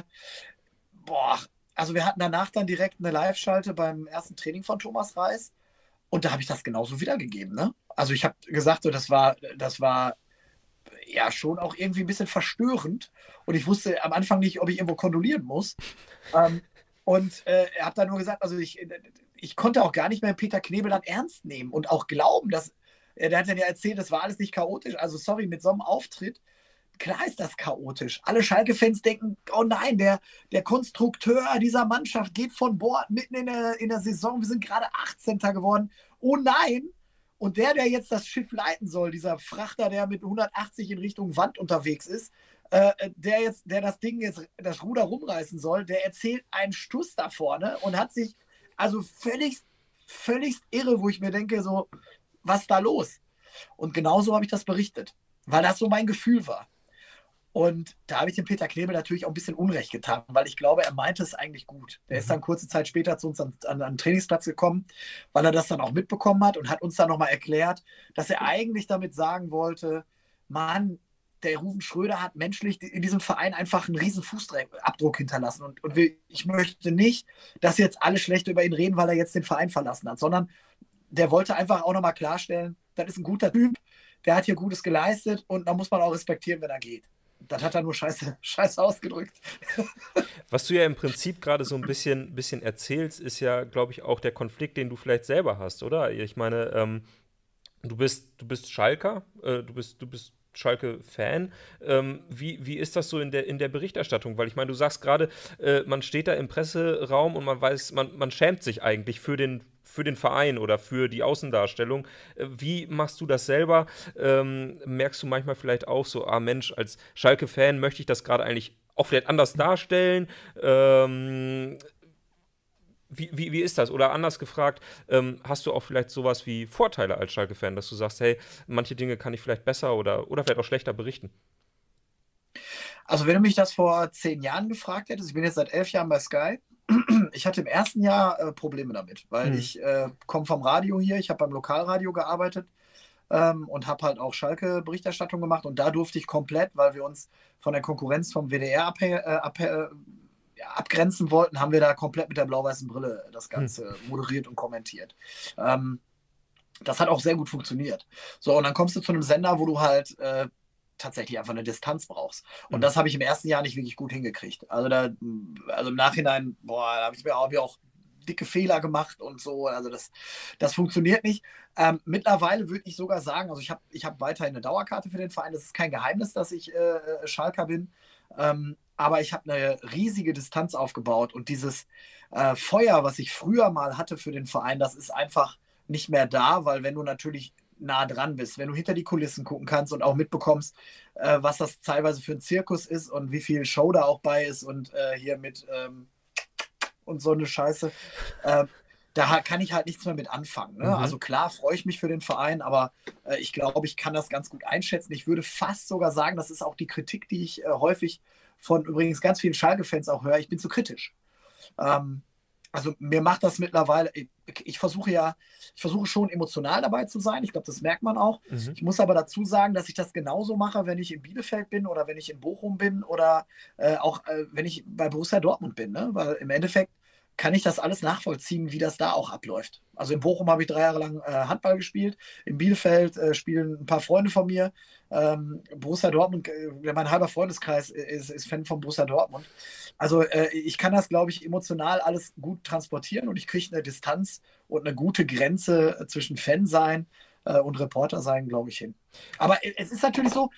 boah, also wir hatten danach dann direkt eine Live-Schalte beim ersten Training von Thomas Reis und da habe ich das genauso wiedergegeben, ne? Also ich habe gesagt, so, das war, das war ja schon auch irgendwie ein bisschen verstörend und ich wusste am Anfang nicht, ob ich irgendwo kondolieren muss. ähm, und äh, er hat dann nur gesagt, also ich, ich konnte auch gar nicht mehr Peter Knebel dann ernst nehmen und auch glauben, dass, äh, der hat dann ja erzählt, das war alles nicht chaotisch, also sorry, mit so einem Auftritt, klar ist das chaotisch. Alle Schalke-Fans denken, oh nein, der, der Konstrukteur dieser Mannschaft geht von Bord mitten in der, in der Saison, wir sind gerade achtzehnter geworden, oh nein. Und der, der jetzt das Schiff leiten soll, dieser Frachter, der mit hundertachtzig in Richtung Wand unterwegs ist, äh, der jetzt, der das Ding jetzt, das Ruder rumreißen soll, der erzählt einen Stuss da vorne und hat sich also völlig, völlig irre, wo ich mir denke, so, was ist da los? Und genauso habe ich das berichtet, weil das so mein Gefühl war. Und da habe ich dem Peter Knebel natürlich auch ein bisschen Unrecht getan, weil ich glaube, er meinte es eigentlich gut. Der ist dann kurze Zeit später zu uns an, an, an den Trainingsplatz gekommen, weil er das dann auch mitbekommen hat und hat uns dann nochmal erklärt, dass er eigentlich damit sagen wollte, Mann, der Ruven Schröder hat menschlich in diesem Verein einfach einen riesen Fußabdruck hinterlassen. Und, und ich möchte nicht, dass jetzt alle schlecht über ihn reden, weil er jetzt den Verein verlassen hat, sondern der wollte einfach auch nochmal klarstellen, das ist ein guter Typ, der hat hier Gutes geleistet und da muss man auch respektieren, wenn er geht. Das hat er nur scheiße, scheiße ausgedrückt. Was du ja im Prinzip gerade so ein bisschen, bisschen erzählst, ist ja, glaube ich, auch der Konflikt, den du vielleicht selber hast, oder? Ich meine, ähm, du bist, du bist Schalker, äh, du bist, du bist Schalke-Fan. Ähm, wie, wie ist das so in der, in der Berichterstattung? Weil ich meine, du sagst gerade, äh, man steht da im Presseraum und man weiß, man, man schämt sich eigentlich für den für den Verein oder für die Außendarstellung. Wie machst du das selber? Ähm, merkst du manchmal vielleicht auch so, ah Mensch, als Schalke-Fan möchte ich das gerade eigentlich auch vielleicht anders darstellen? Ähm, wie, wie, wie ist das? Oder anders gefragt, ähm, hast du auch vielleicht sowas wie Vorteile als Schalke-Fan, dass du sagst, hey, manche Dinge kann ich vielleicht besser oder, oder vielleicht auch schlechter berichten? Also wenn du mich das vor zehn Jahren gefragt hättest, ich bin jetzt seit elf Jahren bei Sky, ich hatte im ersten Jahr äh, Probleme damit, weil mhm. ich äh, komme vom Radio hier, ich habe beim Lokalradio gearbeitet ähm, und habe halt auch Schalke-Berichterstattung gemacht und da durfte ich komplett, weil wir uns von der Konkurrenz vom W D R ab, äh, ab, äh, ja, abgrenzen wollten, haben wir da komplett mit der blau-weißen Brille das Ganze mhm. moderiert und kommentiert. Ähm, das hat auch sehr gut funktioniert. So, und dann kommst du zu einem Sender, wo du halt äh, tatsächlich einfach eine Distanz brauchst. Und mhm. das habe ich im ersten Jahr nicht wirklich gut hingekriegt. Also da, also im Nachhinein, boah, da habe ich mir auch, auch dicke Fehler gemacht und so. Also das, das funktioniert nicht. Ähm, mittlerweile würde ich sogar sagen, also ich habe ich hab weiterhin eine Dauerkarte für den Verein. Das ist kein Geheimnis, dass ich äh, Schalker bin. Ähm, aber ich habe eine riesige Distanz aufgebaut und dieses äh, Feuer, was ich früher mal hatte für den Verein, das ist einfach nicht mehr da, weil wenn du natürlich nah dran bist, wenn du hinter die Kulissen gucken kannst und auch mitbekommst, äh, was das teilweise für ein Zirkus ist und wie viel Show da auch bei ist und äh, hier mit ähm, und so eine Scheiße, äh, da kann ich halt nichts mehr mit anfangen. Ne? Mhm. Also klar freue ich mich für den Verein, aber äh, ich glaube, ich kann das ganz gut einschätzen. Ich würde fast sogar sagen, das ist auch die Kritik, die ich äh, häufig von übrigens ganz vielen Schalke-Fans auch höre, ich bin zu kritisch. Ähm, Also mir macht das mittlerweile, ich, ich versuche ja, ich versuche schon emotional dabei zu sein. Ich glaube, das merkt man auch. Mhm. Ich muss aber dazu sagen, dass ich das genauso mache, wenn ich in Bielefeld bin oder wenn ich in Bochum bin oder äh, auch äh, wenn ich bei Borussia Dortmund bin. Ne? Weil im Endeffekt kann ich das alles nachvollziehen, wie das da auch abläuft. Also in Bochum habe ich drei Jahre lang äh, Handball gespielt. In Bielefeld äh, spielen ein paar Freunde von mir. Ähm, Borussia Dortmund, äh, mein halber Freundeskreis ist, ist Fan von Borussia Dortmund. Also äh, ich kann das, glaube ich, emotional alles gut transportieren und ich kriege eine Distanz und eine gute Grenze äh, zwischen Fan sein äh, und Reporter sein, glaube ich, hin. Aber äh, es ist natürlich so,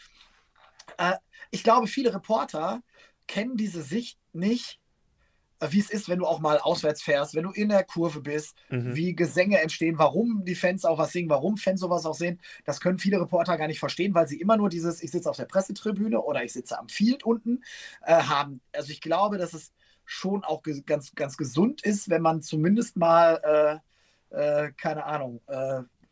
äh, ich glaube, viele Reporter kennen diese Sicht nicht, wie es ist, wenn du auch mal auswärts fährst, wenn du in der Kurve bist, mhm. wie Gesänge entstehen, warum die Fans auch was singen, warum Fans sowas auch sehen, das können viele Reporter gar nicht verstehen, weil sie immer nur dieses, ich sitze auf der Pressetribüne oder ich sitze am Field unten, äh, haben. Also ich glaube, dass es schon auch ge- ganz, ganz gesund ist, wenn man zumindest mal, äh, äh, keine Ahnung, äh,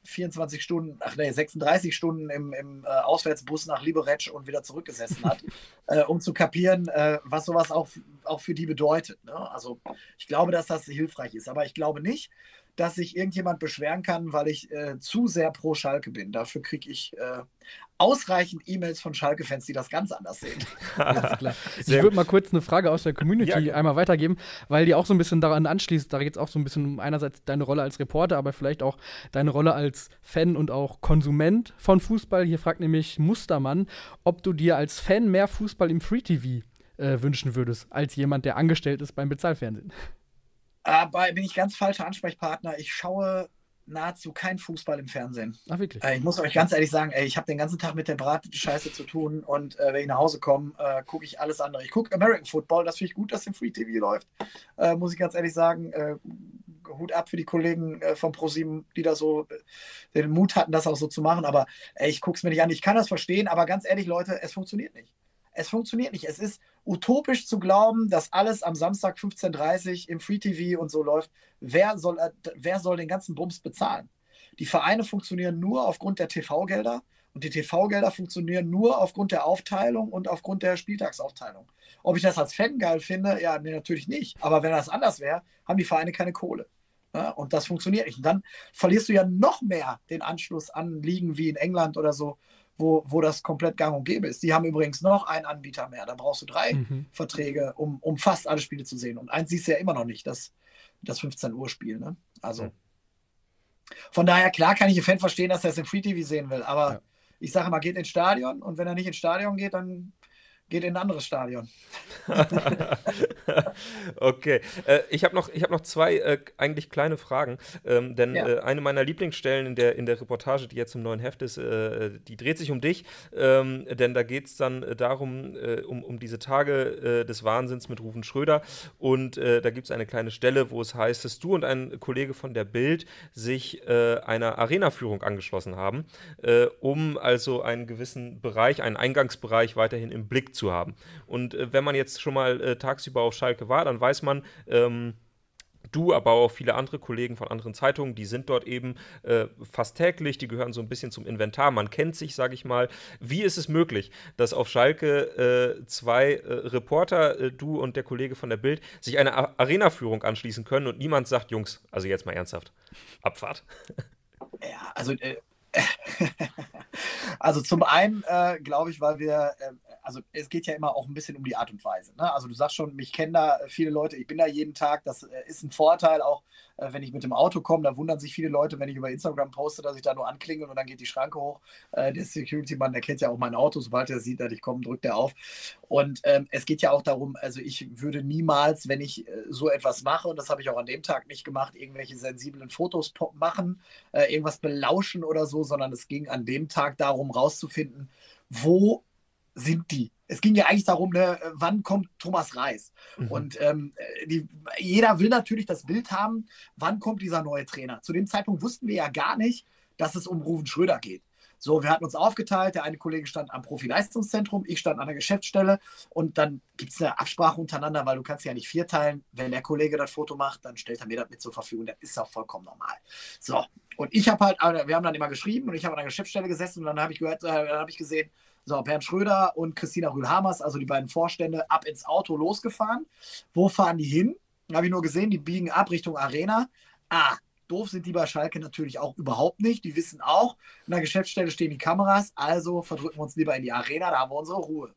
vierundzwanzig Stunden, ach nee, sechsunddreißig Stunden im, im äh, Auswärtsbus nach Liberec und wieder zurückgesessen hat, äh, um zu kapieren, äh, was sowas auch, auch für die bedeutet. Ne? Also ich glaube, dass das hilfreich ist, aber ich glaube nicht, dass sich irgendjemand beschweren kann, weil ich äh, zu sehr pro Schalke bin. Dafür kriege ich äh, ausreichend E-Mails von Schalke-Fans, die das ganz anders sehen. Alles klar. Ich würde mal kurz eine Frage aus der Community ja, einmal weitergeben, weil die auch so ein bisschen daran anschließt. Da geht es auch so ein bisschen um einerseits deine Rolle als Reporter, aber vielleicht auch deine Rolle als Fan und auch Konsument von Fußball. Hier fragt nämlich Mustermann, ob du dir als Fan mehr Fußball im Free-T V äh, wünschen würdest, als jemand, der angestellt ist beim Bezahlfernsehen. Aber bin ich ganz falscher Ansprechpartner. Ich schaue nahezu kein Fußball im Fernsehen. Ach, wirklich? Äh, ich muss euch ganz ehrlich sagen, ey, ich habe den ganzen Tag mit der Bratscheiße zu tun und äh, wenn ich nach Hause komme, äh, gucke ich alles andere. Ich gucke American Football, das finde ich gut, dass im Free T V läuft. Äh, muss ich ganz ehrlich sagen, äh, Hut ab für die Kollegen äh, von ProSieben, die da so äh, den Mut hatten, das auch so zu machen. Aber ey, ich gucke es mir nicht an. Ich kann das verstehen, aber ganz ehrlich, Leute, es funktioniert nicht. Es funktioniert nicht. Es ist utopisch zu glauben, dass alles am Samstag fünfzehn Uhr dreißig im Free T V und so läuft. Wer soll, wer soll den ganzen Bums bezahlen? Die Vereine funktionieren nur aufgrund der T V-Gelder und die T V-Gelder funktionieren nur aufgrund der Aufteilung und aufgrund der Spieltagsaufteilung. Ob ich das als Fan geil finde? Ja, nee, natürlich nicht. Aber wenn das anders wäre, haben die Vereine keine Kohle. Ja, und das funktioniert nicht. Und dann verlierst du ja noch mehr den Anschluss an Ligen wie in England oder so, Wo, wo das komplett gang und gäbe ist. Die haben übrigens noch einen Anbieter mehr. Da brauchst du drei mhm. Verträge, um, um fast alle Spiele zu sehen. Und eins siehst du ja immer noch nicht, das, das fünfzehn Uhr Spiel. Ne? Also mhm. von daher, klar kann ich einen Fan verstehen, dass er es im Free T V sehen will. Aber ja. ich sage mal, geht ins Stadion. Und wenn er nicht ins Stadion geht, dann geht in ein anderes Stadion. Okay. Äh, ich habe noch, ich hab noch zwei äh, eigentlich kleine Fragen. Ähm, denn ja. äh, eine meiner Lieblingsstellen in der, in der Reportage, die jetzt im neuen Heft ist, äh, die dreht sich um dich. Ähm, denn da geht es dann äh, darum, äh, um, um diese Tage äh, des Wahnsinns mit Ruven Schröder. Und äh, da gibt es eine kleine Stelle, wo es heißt, dass du und ein Kollege von der Bild sich äh, einer Arena-Führung angeschlossen haben, äh, um also einen gewissen Bereich, einen Eingangsbereich weiterhin im Blick zu haben. Und äh, wenn man jetzt schon mal äh, tagsüber auf Schalke war, dann weiß man, ähm, du, aber auch viele andere Kollegen von anderen Zeitungen, die sind dort eben äh, fast täglich, die gehören so ein bisschen zum Inventar, man kennt sich, sage ich mal. Wie ist es möglich, dass auf Schalke äh, zwei äh, Reporter, äh, du und der Kollege von der Bild, sich einer A- Arena-Führung anschließen können und niemand sagt, Jungs, also jetzt mal ernsthaft, Abfahrt? Ja, also äh, also zum einen äh, glaube ich, weil wir, äh, also es geht ja immer auch ein bisschen um die Art und Weise. Ne? Also du sagst schon, mich kennen da viele Leute, ich bin da jeden Tag, das äh, ist ein Vorteil, auch äh, wenn ich mit dem Auto komme, da wundern sich viele Leute, wenn ich über Instagram poste, dass ich da nur anklingel und dann geht die Schranke hoch. Äh, der Security-Mann, der kennt ja auch mein Auto, sobald er sieht, dass ich komme, drückt er auf. Und ähm, es geht ja auch darum, also ich würde niemals, wenn ich äh, so etwas mache, und das habe ich auch an dem Tag nicht gemacht, irgendwelche sensiblen Fotos machen, äh, irgendwas belauschen oder so, sondern es ging an dem Tag darum, rauszufinden, wo sind die? Es ging ja eigentlich darum, ne, wann kommt Thomas Reis? Mhm. Und ähm, die, jeder will natürlich das Bild haben, wann kommt dieser neue Trainer? Zu dem Zeitpunkt wussten wir ja gar nicht, dass es um Ruven Schröder geht. So, wir hatten uns aufgeteilt, der eine Kollege stand am Profi-Leistungszentrum, ich stand an der Geschäftsstelle und dann gibt es eine Absprache untereinander, weil du kannst ja nicht vierteilen. Wenn der Kollege das Foto macht, dann stellt er mir das mit zur Verfügung. Das ist auch vollkommen normal. So, und ich habe halt, wir haben dann immer geschrieben und ich habe an der Geschäftsstelle gesessen und dann habe ich gehört, äh, dann habe ich gesehen, so, Bernd Schröder und Christina Rühl-Hamers, also die beiden Vorstände, ab ins Auto losgefahren. Wo fahren die hin? Dann habe ich nur gesehen, die biegen ab Richtung Arena. Ah, doof sind die bei Schalke natürlich auch überhaupt nicht. Die wissen auch, an der Geschäftsstelle stehen die Kameras, also verdrücken wir uns lieber in die Arena, da haben wir unsere Ruhe.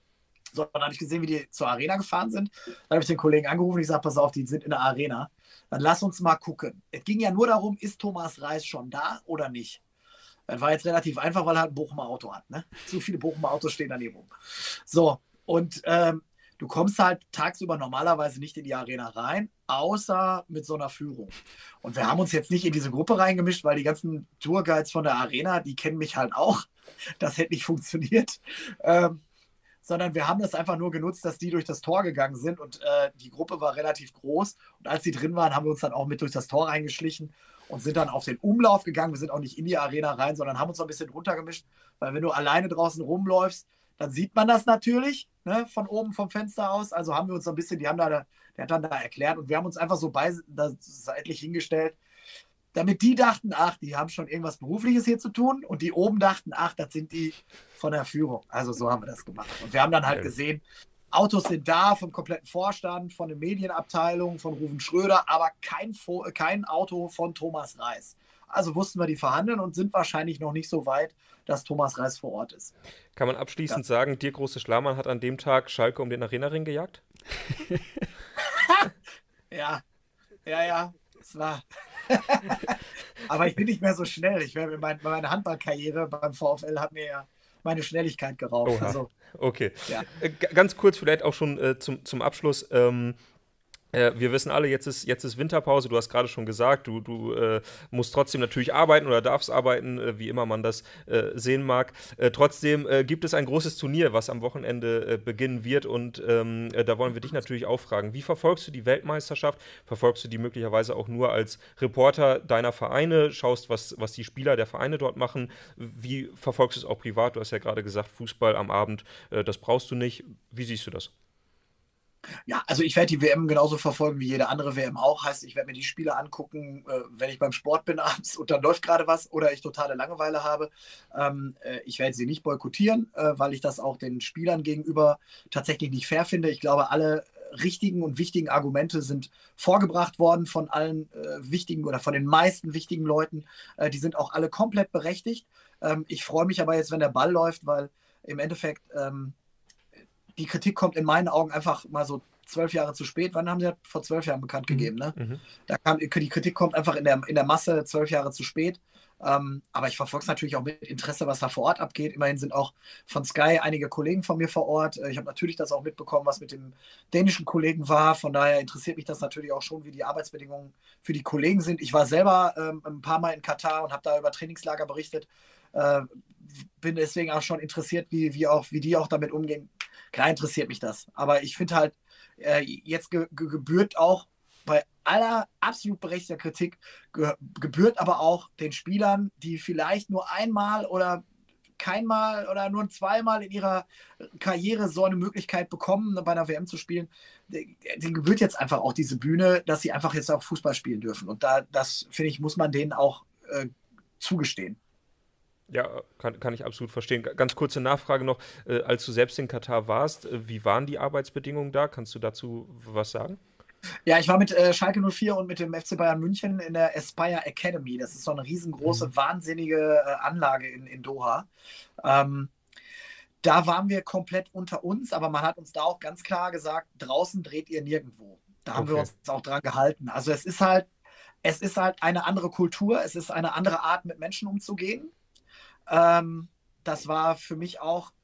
So, dann habe ich gesehen, wie die zur Arena gefahren sind. Dann habe ich den Kollegen angerufen und ich sage, pass auf, die sind in der Arena. Dann lass uns mal gucken. Es ging ja nur darum, ist Thomas Reis schon da oder nicht? Das war jetzt relativ einfach, weil er halt ein Bochumer Auto hat. Ne? So viele Bochumer Autos stehen daneben rum. So, und ähm, du kommst halt tagsüber normalerweise nicht in die Arena rein, außer mit so einer Führung. Und wir haben uns jetzt nicht in diese Gruppe reingemischt, weil die ganzen Tourguides von der Arena, die kennen mich halt auch. Das hätte nicht funktioniert. Ähm, sondern wir haben das einfach nur genutzt, dass die durch das Tor gegangen sind und äh, die Gruppe war relativ groß. Und als die drin waren, haben wir uns dann auch mit durch das Tor reingeschlichen und sind dann auf den Umlauf gegangen. Wir sind auch nicht in die Arena rein, sondern haben uns noch ein bisschen runtergemischt, weil wenn du alleine draußen rumläufst, dann sieht man das natürlich, ne, von oben vom Fenster aus. Also haben wir uns so ein bisschen, die haben da, der hat dann da erklärt und wir haben uns einfach so bei, da seitlich hingestellt. damit die dachten, ach, die haben schon irgendwas Berufliches hier zu tun und die oben dachten, ach, das sind die von der Führung. Also so haben wir das gemacht. Und wir haben dann halt Ja. gesehen, Autos sind da vom kompletten Vorstand, von der Medienabteilung, von Ruven Schröder, aber kein, Fo- kein Auto von Thomas Reis. Also wussten wir, die verhandeln und sind wahrscheinlich noch nicht so weit, dass Thomas Reis vor Ort ist. Kann man abschließend sagen, Dirk Große-Schlamann hat an dem Tag Schalke um den Arena-Ring gejagt? Ja, ja, ja, es war. Aber ich bin nicht mehr so schnell. Ich werde mein, meine Handballkarriere beim VfL hat mir ja meine Schnelligkeit geraubt. Oha. Also, Okay. ja. Äh, g- ganz kurz vielleicht auch schon äh, zum, zum Abschluss. Ähm, äh, wir wissen alle, jetzt ist, jetzt ist Winterpause. Du hast gerade schon gesagt, du, du äh, musst trotzdem natürlich arbeiten oder darfst arbeiten, äh, wie immer man das äh, sehen mag. Äh, trotzdem äh, gibt es ein großes Turnier, was am Wochenende äh, beginnen wird. Und ähm, äh, da wollen wir dich natürlich auch fragen. Wie verfolgst du die Weltmeisterschaft? Verfolgst du die möglicherweise auch nur als Reporter deiner Vereine? Schaust, was, was die Spieler der Vereine dort machen? Wie verfolgst du es auch privat? Du hast ja gerade gesagt, Fußball am Abend, äh, das brauchst du nicht. Wie siehst du das? Ja, also ich werde die W M genauso verfolgen wie jede andere W M auch. Heißt, ich werde mir die Spiele angucken, äh, wenn ich beim Sport bin abends und dann läuft gerade was oder ich totale Langeweile habe. Ähm, äh, ich werde sie nicht boykottieren, äh, weil ich das auch den Spielern gegenüber tatsächlich nicht fair finde. Ich glaube, alle richtigen und wichtigen Argumente sind vorgebracht worden von allen äh, wichtigen oder von den meisten wichtigen Leuten. Äh, die sind auch alle komplett berechtigt. Ähm, ich freue mich aber jetzt, wenn der Ball läuft, weil im Endeffekt ähm, die Kritik kommt in meinen Augen einfach mal so zwölf Jahre zu spät. Wann haben sie das? Vor zwölf Jahren bekannt gegeben, ne? Mhm. Da kam, die Kritik kommt einfach in der, in der Masse zwölf Jahre zu spät. Ähm, aber ich verfolge es natürlich auch mit Interesse, was da vor Ort abgeht. Immerhin sind auch von Sky einige Kollegen von mir vor Ort. Ich habe natürlich das auch mitbekommen, was mit dem dänischen Kollegen war. Von daher interessiert mich das natürlich auch schon, wie die Arbeitsbedingungen für die Kollegen sind. Ich war selber ähm, ein paar Mal in Katar und habe da über Trainingslager berichtet. Äh, bin deswegen auch schon interessiert, wie, wie, auch, wie die auch damit umgehen. Klar interessiert mich das. Aber ich finde halt, äh, jetzt ge ge gebührt auch bei aller absolut berechtigter Kritik, ge gebührt aber auch den Spielern, die vielleicht nur einmal oder keinmal oder nur zweimal in ihrer Karriere so eine Möglichkeit bekommen, bei einer W M zu spielen, denen gebührt jetzt einfach auch diese Bühne, dass sie einfach jetzt auch Fußball spielen dürfen. Und da, das, finde ich, muss man denen auch äh, zugestehen. Ja, kann, kann ich absolut verstehen. G- Ganz kurze Nachfrage noch. Äh, als du selbst in Katar warst, äh, wie waren die Arbeitsbedingungen da? Kannst du dazu was sagen? Ja, ich war mit äh, Schalke null vier und mit dem F C Bayern München in der Aspire Academy. Das ist so eine riesengroße, Mhm. wahnsinnige äh, Anlage in, in Doha. Ähm, da waren wir komplett unter uns, aber man hat uns da auch ganz klar gesagt, draußen dreht ihr nirgendwo. Da haben wir Okay. uns auch dran gehalten. Also es ist halt, es ist halt eine andere Kultur, es ist eine andere Art, mit Menschen umzugehen. Ähm, das war für mich auch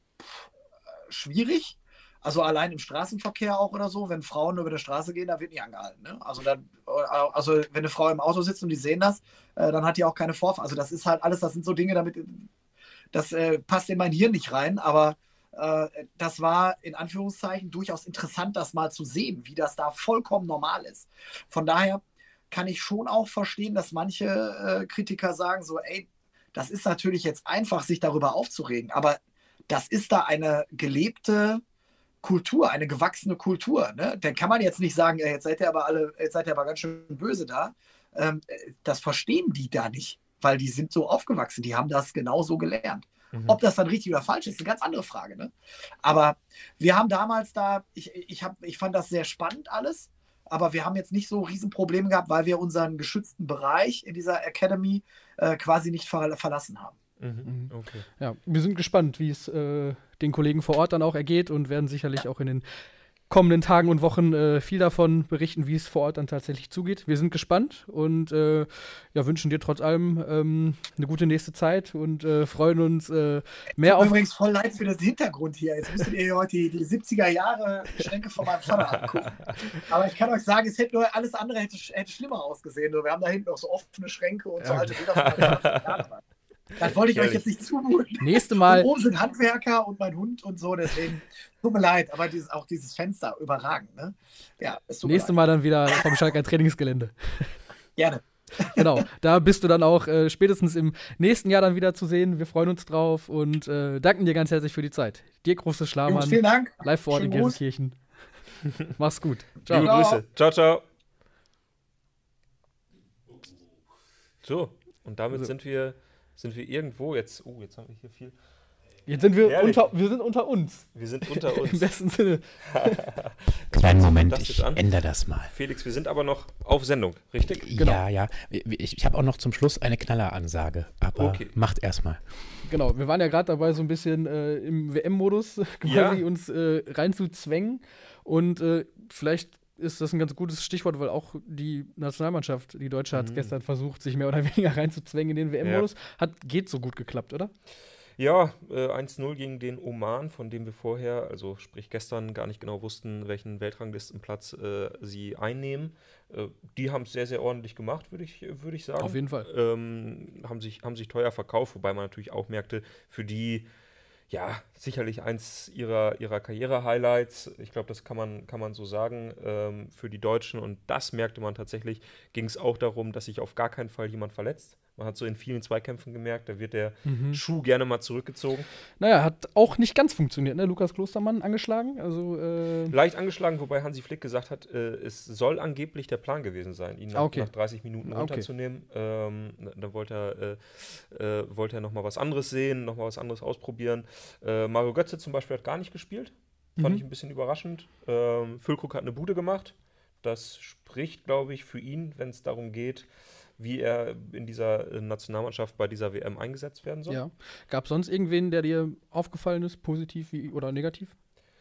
schwierig. Also allein im Straßenverkehr auch oder so, wenn Frauen über die Straße gehen, da wird nicht angehalten. Ne? Also, dann, also wenn eine Frau im Auto sitzt und die sehen das, äh, dann hat die auch keine Vorfahrt. Also das ist halt alles, das sind so Dinge, damit das äh, passt in mein Hirn nicht rein, aber äh, das war in Anführungszeichen durchaus interessant, das mal zu sehen, wie das da vollkommen normal ist. Von daher kann ich schon auch verstehen, dass manche äh, Kritiker sagen so, ey, das ist natürlich jetzt einfach, sich darüber aufzuregen, aber das ist da eine gelebte Kultur, eine gewachsene Kultur. Ne? Dann kann man jetzt nicht sagen, äh, jetzt seid ihr aber alle, jetzt seid ihr aber ganz schön böse da. Ähm, das verstehen die da nicht, weil die sind so aufgewachsen, die haben das genauso gelernt. Mhm. Ob das dann richtig oder falsch ist, ist eine ganz andere Frage. Ne? Aber wir haben damals da, ich, ich, hab, ich fand das sehr spannend alles, aber wir haben jetzt nicht so Riesenprobleme gehabt, weil wir unseren geschützten Bereich in dieser Academy äh, quasi nicht ver verlassen haben. Mhm. Okay. Ja, wir sind gespannt, wie es äh, den Kollegen vor Ort dann auch ergeht und werden sicherlich auch in den kommenden Tagen und Wochen äh, viel davon berichten, wie es vor Ort dann tatsächlich zugeht. Wir sind gespannt und äh, ja, wünschen dir trotz allem ähm, eine gute nächste Zeit und äh, freuen uns äh, mehr Tut mir auf. übrigens voll leid für das Hintergrund hier. Jetzt müsstet ihr heute die, die siebziger Jahre Schränke von meinem Vater angucken. Aber ich kann euch sagen, es hätte nur alles andere hätte, hätte schlimmer ausgesehen. Nur wir haben da hinten noch so offene Schränke und so Ja. alte Bilder von meinem Vater. Das wollte ich euch jetzt nicht zumuten. Nächste Und Mal, oben sind Handwerker und mein Hund und so, deswegen tut mir leid, aber dieses, auch dieses Fenster überragend. Ne? Ja, es tut mir nächste leid. Mal dann wieder vom Schalker Trainingsgelände. Gerne. Genau, da bist du dann auch äh, spätestens im nächsten Jahr dann wieder zu sehen. Wir freuen uns drauf und äh, danken dir ganz herzlich für die Zeit. Dir große Jungs, Schlamann, vielen Dank. live vor Ort in Schönen Gruß. Gelsenkirchen. Mach's gut. Liebe Ciao. Ciao. Grüße. Ciao, ciao. So, und damit So. sind wir sind wir irgendwo jetzt. Oh, jetzt haben wir hier viel. Jetzt sind wir Herrlich. unter, wir sind unter uns. Wir sind unter Im uns. besten Sinne. Kleinen Moment, fantastisch ich an. ändere das mal. Felix, wir sind aber noch auf Sendung, richtig? Ja, ja. Ich, ich habe auch noch zum Schluss eine Knalleransage, aber Okay. macht erstmal. Genau, wir waren ja gerade dabei, so ein bisschen äh, im W M-Modus quasi Ja. uns äh, reinzuzwängen. Und äh, vielleicht ist das ein ganz gutes Stichwort, weil auch die Nationalmannschaft, die Deutsche, hat Mhm. gestern versucht, sich mehr oder weniger reinzuzwängen in den W M-Modus. Hat Geht so gut geklappt, oder? Ja, äh, eins null gegen den Oman, von dem wir vorher, also sprich gestern, gar nicht genau wussten, welchen Weltranglistenplatz äh, sie einnehmen. Äh, die haben es sehr, sehr ordentlich gemacht, würde ich, würd ich sagen. Auf jeden Fall. Ähm, haben, sich, haben sich teuer verkauft, wobei man natürlich auch merkte, für die, ja, sicherlich eins ihrer, ihrer Karriere-Highlights. Ich glaube, das kann man, kann man so sagen, ähm, für die Deutschen. Und das merkte man tatsächlich, ging es auch darum, dass sich auf gar keinen Fall jemand verletzt. Man hat so in vielen Zweikämpfen gemerkt, da wird der Mhm. Schuh gerne mal zurückgezogen. Naja, hat auch nicht ganz funktioniert, ne? Lukas Klostermann angeschlagen. Also, äh, Leicht angeschlagen, wobei Hansi Flick gesagt hat, äh, es soll angeblich der Plan gewesen sein, ihn nach, Ah, okay. nach dreißig Minuten Ah, okay. runterzunehmen. Ähm, da wollte er, äh, äh, wollte er nochmal was anderes sehen, nochmal was anderes ausprobieren. Äh, Mario Götze zum Beispiel hat gar nicht gespielt. Fand Mhm. ich ein bisschen überraschend. Ähm, Füllkrug hat eine Bude gemacht. Das spricht, glaube ich, für ihn, wenn es darum geht, wie er in dieser äh, Nationalmannschaft bei dieser W M eingesetzt werden soll. ja. Gab es sonst irgendwen, der dir aufgefallen ist, positiv wie, oder negativ?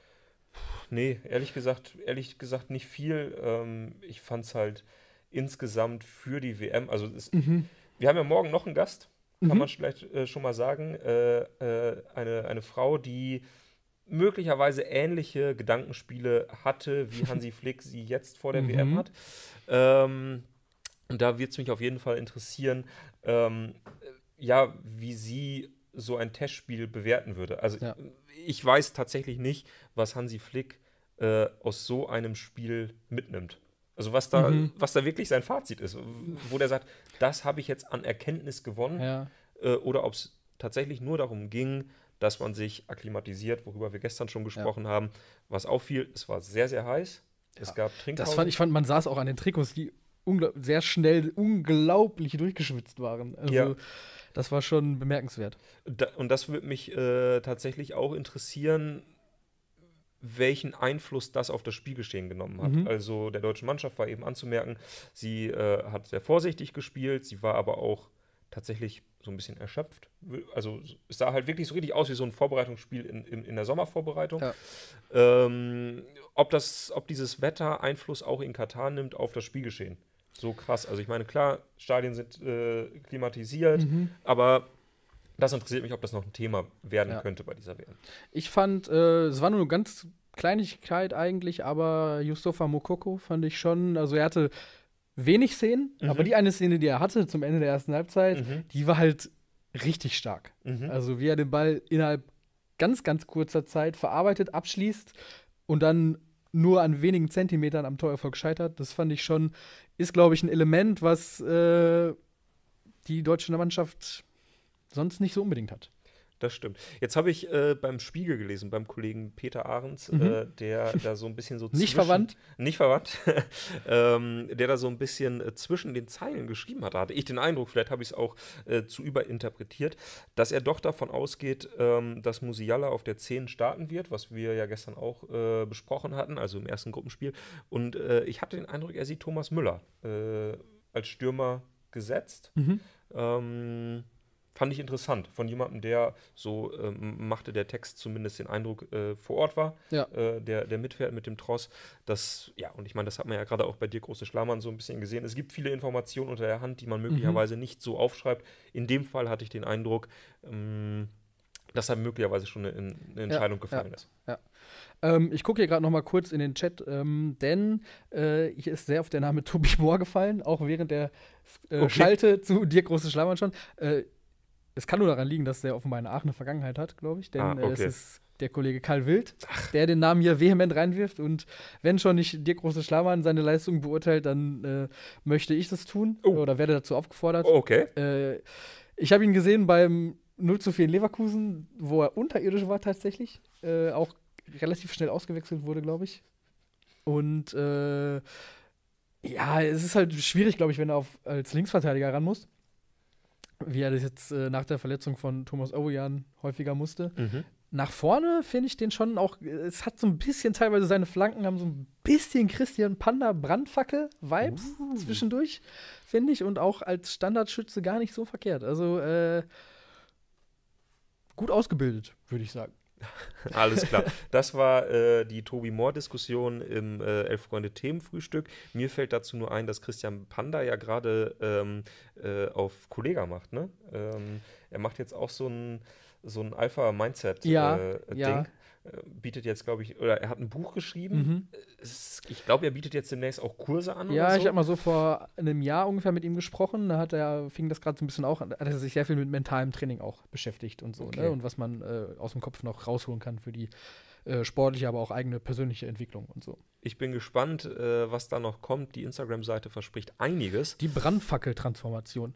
Nee, ehrlich gesagt, ehrlich gesagt nicht viel. Ähm, ich fand es halt insgesamt für die W M, also es, Mhm. wir haben ja morgen noch einen Gast, kann Mhm. man vielleicht äh, schon mal sagen. Äh, äh, eine, eine Frau, die möglicherweise ähnliche Gedankenspiele hatte, wie Hansi Flick sie jetzt vor der W M Mhm. hat. Ähm, und da wird es mich auf jeden Fall interessieren, ähm, ja, wie sie so ein Testspiel bewerten würde. Also Ja. ich weiß tatsächlich nicht, was Hansi Flick äh, aus so einem Spiel mitnimmt. Also was da, Mhm. was da wirklich sein Fazit ist, wo der sagt, das habe ich jetzt an Erkenntnis gewonnen, Ja. äh, oder ob es tatsächlich nur darum ging, dass man sich akklimatisiert, worüber wir gestern schon gesprochen haben. Was auffiel, es war sehr, sehr heiß. Es Ja, gab Trinkpausen. Das fand ich, fand, man saß auch an den Trikots, die ungl- sehr schnell unglaublich durchgeschwitzt waren. Also, Ja. das war schon bemerkenswert. Da, und das würde mich äh, tatsächlich auch interessieren, welchen Einfluss das auf das Spielgeschehen genommen hat. Mhm. Also der deutschen Mannschaft war eben anzumerken, sie äh, hat sehr vorsichtig gespielt, sie war aber auch tatsächlich so ein bisschen erschöpft. Also es sah halt wirklich so richtig aus wie so ein Vorbereitungsspiel in, in, in der Sommervorbereitung. Ja. Ähm, ob, das, ob dieses Wetter Einfluss auch in Katar nimmt auf das Spielgeschehen. So krass. Also ich meine, klar, Stadien sind äh, klimatisiert, Mhm. aber das interessiert mich, ob das noch ein Thema werden Ja. könnte bei dieser W M. Ich fand, äh, es war nur eine ganz Kleinigkeit eigentlich, aber Yusufa Moukoko fand ich schon, also er hatte wenig Szenen, Mhm. aber die eine Szene, die er hatte zum Ende der ersten Halbzeit, Mhm. die war halt richtig stark. Mhm. Also wie er den Ball innerhalb ganz, ganz kurzer Zeit verarbeitet, abschließt und dann nur an wenigen Zentimetern am Torerfolg scheitert, das fand ich schon, ist, glaube ich, ein Element, was äh, die deutsche Mannschaft sonst nicht so unbedingt hat. Das stimmt. Jetzt habe ich äh, beim Spiegel gelesen, beim Kollegen Peter Ahrens, Mhm. äh, der da so ein bisschen so Nicht zwischen- verwandt? Nicht verwandt. ähm, der da so ein bisschen äh, zwischen den Zeilen geschrieben hat. Da hatte ich den Eindruck, vielleicht habe ich es auch äh, zu überinterpretiert, dass er doch davon ausgeht, ähm, dass Musiala auf der zehn starten wird, was wir ja gestern auch äh, besprochen hatten, also im ersten Gruppenspiel. Und äh, ich hatte den Eindruck, er sieht Thomas Müller äh, als Stürmer gesetzt. Mhm. Ähm, fand ich interessant. Von jemandem, der, so ähm, machte der Text zumindest den Eindruck, äh, vor Ort war, Ja. äh, der, der mitfährt mit dem Tross. Das, ja, und ich meine, das hat man ja gerade auch bei dir, große Schlamann, so ein bisschen gesehen. Es gibt viele Informationen unter der Hand, die man möglicherweise nicht so aufschreibt. In dem Fall hatte ich den Eindruck, ähm, dass da möglicherweise schon eine, eine Entscheidung gefallen ja. ist. Ähm, ich gucke hier gerade noch mal kurz in den Chat, ähm, denn äh, hier ist sehr auf der Name Tobi Moore gefallen, auch während der äh, Okay. Schalte zu dir, große Schlammern schon. Äh, es kann nur daran liegen, dass der offenbar in Aachen Vergangenheit hat, glaube ich, denn Ah, äh, es okay. ist der Kollege Karl Wild, der den Namen hier vehement reinwirft. Und wenn schon nicht Dirk Große-Schlamann seine Leistung beurteilt, dann äh, möchte ich das tun Oh. oder werde dazu aufgefordert. Okay. Äh, ich habe ihn gesehen beim null zu vier in Leverkusen, wo er unterirdisch war tatsächlich. Äh, auch relativ schnell ausgewechselt wurde, glaube ich. Und äh, ja, es ist halt schwierig, glaube ich, wenn er auf, als Linksverteidiger ran muss. wie er das jetzt äh, nach der Verletzung von Thomas Owejan häufiger musste. Mhm. Nach vorne finde ich den schon auch, es hat so ein bisschen, teilweise seine Flanken haben so ein bisschen Christian Panda Brandfackel-Vibes Uh. zwischendurch, finde ich. Und auch als Standardschütze gar nicht so verkehrt. Also äh, gut ausgebildet, würde ich sagen. Alles klar. Das war äh, die Tobi Mohr-Diskussion im äh, Elf-Freunde-Themenfrühstück. Mir fällt dazu nur ein, dass Christian Panda ja gerade ähm, äh, auf Kollega macht, ne? Ähm, er macht jetzt auch so ein, so ein Alpha-Mindset-Ding. Ja, Äh, ja. Ding. Äh, bietet jetzt, glaube ich, oder er hat ein Buch geschrieben. Mhm. Es, ich glaube, er bietet jetzt demnächst auch Kurse an Ja, oder so. ich habe mal so vor einem Jahr ungefähr mit ihm gesprochen. Da hat er, fing das gerade so ein bisschen auch an, hat er sich sehr viel mit mentalem Training auch beschäftigt und so, Okay. ne? Und was man äh, aus dem Kopf noch rausholen kann für die äh, sportliche, aber auch eigene persönliche Entwicklung und so. Ich bin gespannt, äh, was da noch kommt. Die Instagram-Seite verspricht einiges. Die Brandfackel-Transformation.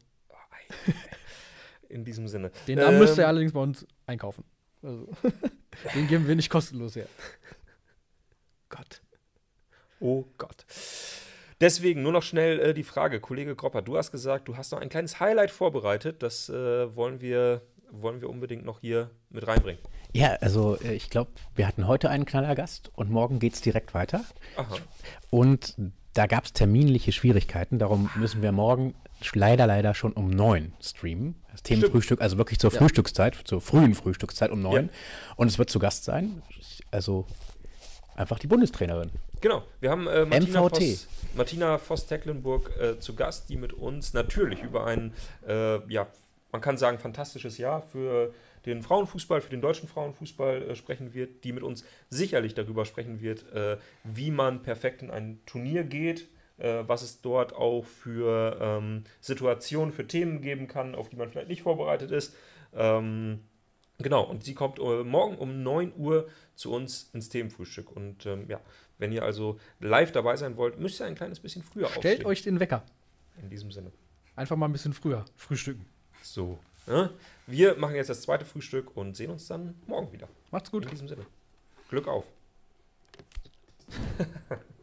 In diesem Sinne. Den Namen Ähm, müsst ihr allerdings bei uns einkaufen. Also, den geben wir nicht kostenlos her. Gott. Oh Gott. Deswegen nur noch schnell äh, die Frage, Kollege Gropper, du hast gesagt, du hast noch ein kleines Highlight vorbereitet. Das äh, wollen wir, wollen wir unbedingt noch hier mit reinbringen. Ja, also äh, ich glaube, wir hatten heute einen Knallergast und morgen geht es direkt weiter. Aha. Und da gab es terminliche Schwierigkeiten, darum müssen wir morgen leider, leider schon um neun streamen. Das Themenfrühstück, also wirklich zur Ja. Frühstückszeit, zur frühen Frühstückszeit um neun. Ja. Und es wird zu Gast sein, also einfach die Bundestrainerin. Genau, wir haben äh, Martina M V T. Voss, Martina Voss-Tecklenburg äh, zu Gast, die mit uns natürlich über ein, äh, ja, man kann sagen, fantastisches Jahr für den Frauenfußball, für den deutschen Frauenfußball äh, sprechen wird, die mit uns sicherlich darüber sprechen wird, äh, wie man perfekt in ein Turnier geht, äh, was es dort auch für ähm, Situationen, für Themen geben kann, auf die man vielleicht nicht vorbereitet ist. Ähm, genau, und sie kommt äh, morgen um neun Uhr zu uns ins Themenfrühstück. Und ähm, ja, wenn ihr also live dabei sein wollt, müsst ihr ein kleines bisschen früher aufstehen. Stellt euch den Wecker. In diesem Sinne. Einfach mal ein bisschen früher frühstücken. So. Ne? Wir machen jetzt das zweite Frühstück und sehen uns dann morgen wieder. Macht's gut. In diesem Sinne. Glück auf.